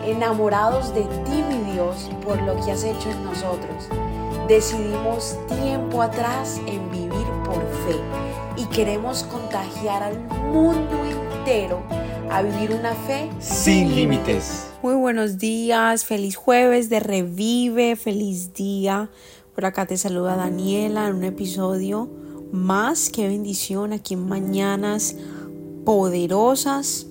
enamorados de ti, mi Dios, por lo que has hecho en nosotros. Decidimos tiempo atrás en vivir por fe y queremos contagiar al mundo entero a vivir una fe sin límites. Muy buenos días, feliz jueves de Revive, feliz día. Por acá te saluda Daniela en un episodio más. Qué bendición aquí en Mañanas Poderosas.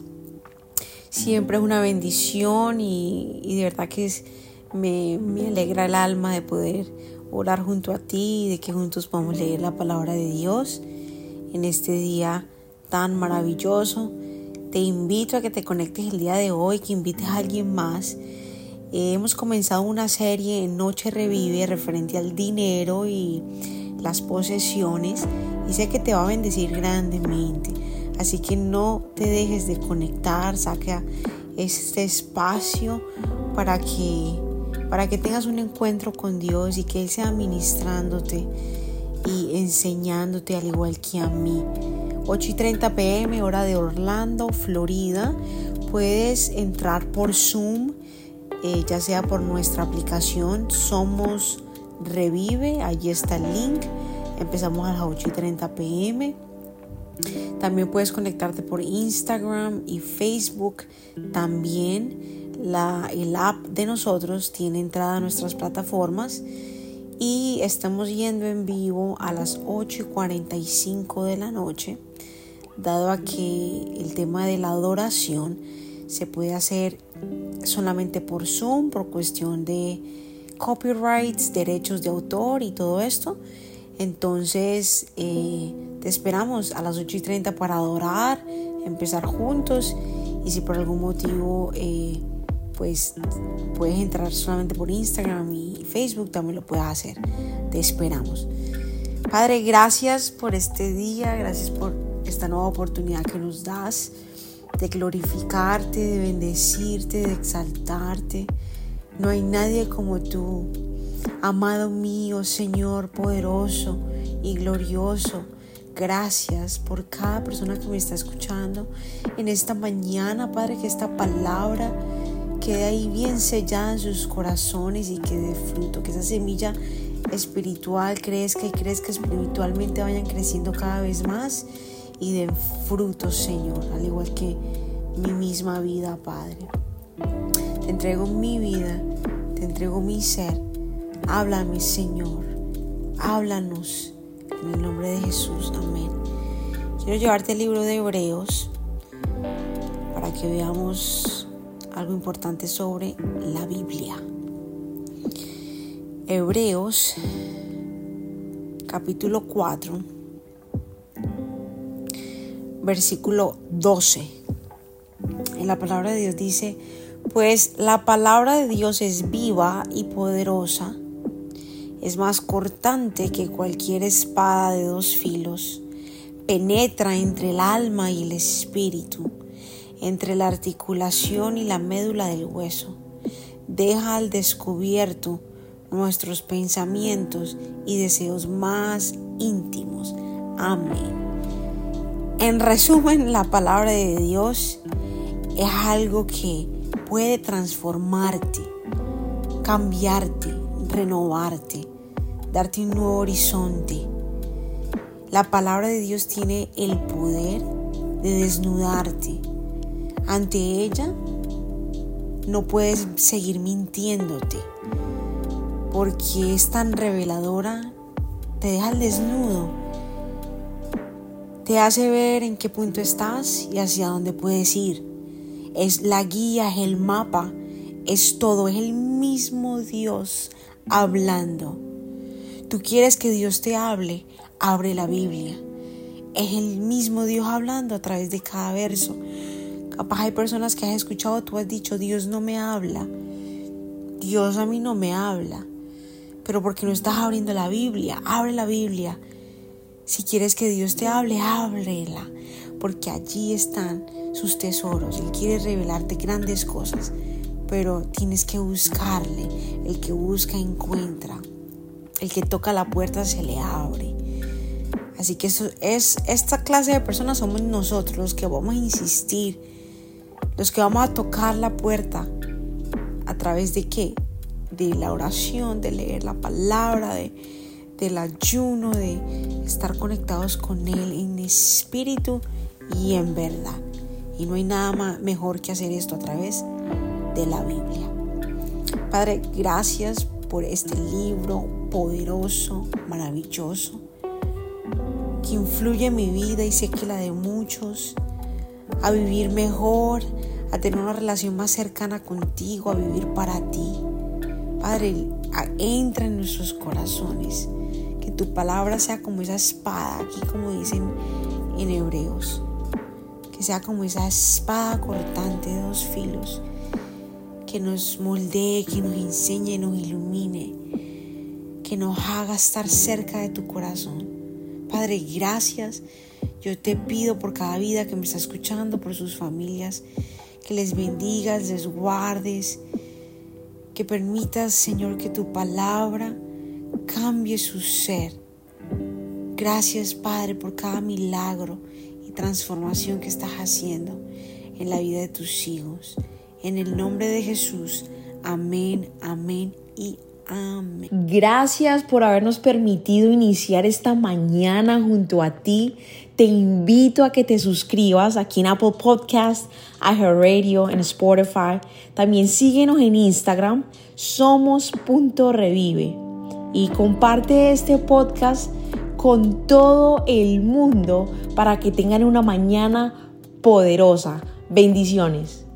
Siempre es una bendición y de verdad que me alegra el alma de poder orar junto a ti y de que juntos podamos leer la palabra de Dios en este día tan maravilloso. Te invito a que te conectes el día de hoy, que invites a alguien más. Hemos comenzado una serie en Noche Revive referente al dinero y las posesiones y sé que te va a bendecir grandemente. Así que no te dejes de conectar, saca este espacio para que tengas un encuentro con Dios y que Él sea ministrándote y enseñándote al igual que a mí. 8:30 p.m. hora de Orlando, Florida. Puedes entrar por Zoom, ya sea por nuestra aplicación Somos Revive, allí está el link. Empezamos a las 8:30 p.m. También puedes conectarte por Instagram y Facebook. También el app de nosotros tiene entrada a nuestras plataformas y estamos yendo en vivo a las 8:45 de la noche, dado a que el tema de la adoración se puede hacer solamente por Zoom por cuestión de copyrights, derechos de autor y todo esto. Entonces te esperamos a las 8:30 para adorar, empezar juntos, y si por algún motivo pues puedes entrar solamente por Instagram y Facebook, también lo puedes hacer. Te esperamos. Padre, gracias por este día, gracias por esta nueva oportunidad que nos das de glorificarte, de bendecirte, de exaltarte. No hay nadie como tú. Amado mío, Señor poderoso y glorioso, gracias por cada persona que me está escuchando en esta mañana, Padre, que esta palabra quede ahí bien sellada en sus corazones y que dé fruto, que esa semilla espiritual crezca y crezca espiritualmente, vayan creciendo cada vez más y den frutos, Señor, al igual que mi misma vida, Padre. Te entrego mi vida, te entrego mi ser. Háblame, Señor, háblanos en el nombre de Jesús, amén. Quiero llevarte el libro de Hebreos para que veamos algo importante sobre la Biblia. Hebreos capítulo 4 versículo 12. En la palabra de Dios dice: pues la palabra de Dios es viva y poderosa, es más cortante que cualquier espada de dos filos, penetra entre el alma y el espíritu, entre la articulación y la médula del hueso, deja al descubierto nuestros pensamientos y deseos más íntimos. Amén. En resumen, la palabra de Dios es algo que puede transformarte, cambiarte, renovarte, darte un nuevo horizonte. La palabra de Dios tiene el poder de desnudarte. Ante ella no puedes seguir mintiéndote, porque es tan reveladora, te deja al desnudo, te hace ver en qué punto estás y hacia dónde puedes ir. Es la guía, es el mapa, es todo, es el mismo Dios hablando. Tú quieres que Dios te hable, abre la Biblia. Es el mismo Dios hablando a través de cada verso. Capaz hay personas que has escuchado, tú has dicho: Dios no me habla, Dios a mí no me habla. Pero porque no estás abriendo la Biblia, abre la Biblia. Si quieres que Dios te hable, ábrela, porque allí están sus tesoros. Él quiere revelarte grandes cosas, pero tienes que buscarle. El que busca encuentra, el que toca la puerta se le abre. Así que esta clase de personas somos nosotros, los que vamos a insistir, los que vamos a tocar la puerta través de ¿qué? De la oración, de leer la palabra, del ayuno, de estar conectados con Él en espíritu y en verdad. Y no hay nada mejor que hacer esto a través de la Biblia. Padre, gracias por este libro poderoso, maravilloso, que influye en mi vida y sé que la de muchos, a vivir mejor, a tener una relación más cercana contigo, a vivir para ti. Padre, entra en nuestros corazones, que tu palabra sea como esa espada, aquí como dicen en Hebreos, que sea como esa espada cortante de 2 filos, que nos moldee, que nos enseñe, nos ilumine, que nos haga estar cerca de tu corazón. Padre, gracias. Yo te pido por cada vida que me está escuchando, por sus familias, que les bendigas, les guardes, que permitas, Señor, que tu palabra cambie su ser. Gracias, Padre, por cada milagro y transformación que estás haciendo en la vida de tus hijos. En el nombre de Jesús, amén, amén y amén. Gracias por habernos permitido iniciar esta mañana junto a ti. Te invito a que te suscribas aquí en Apple Podcast, iHeartRadio, en Spotify. También síguenos en Instagram, somos.revive. Y comparte este podcast con todo el mundo para que tengan una mañana poderosa. Bendiciones.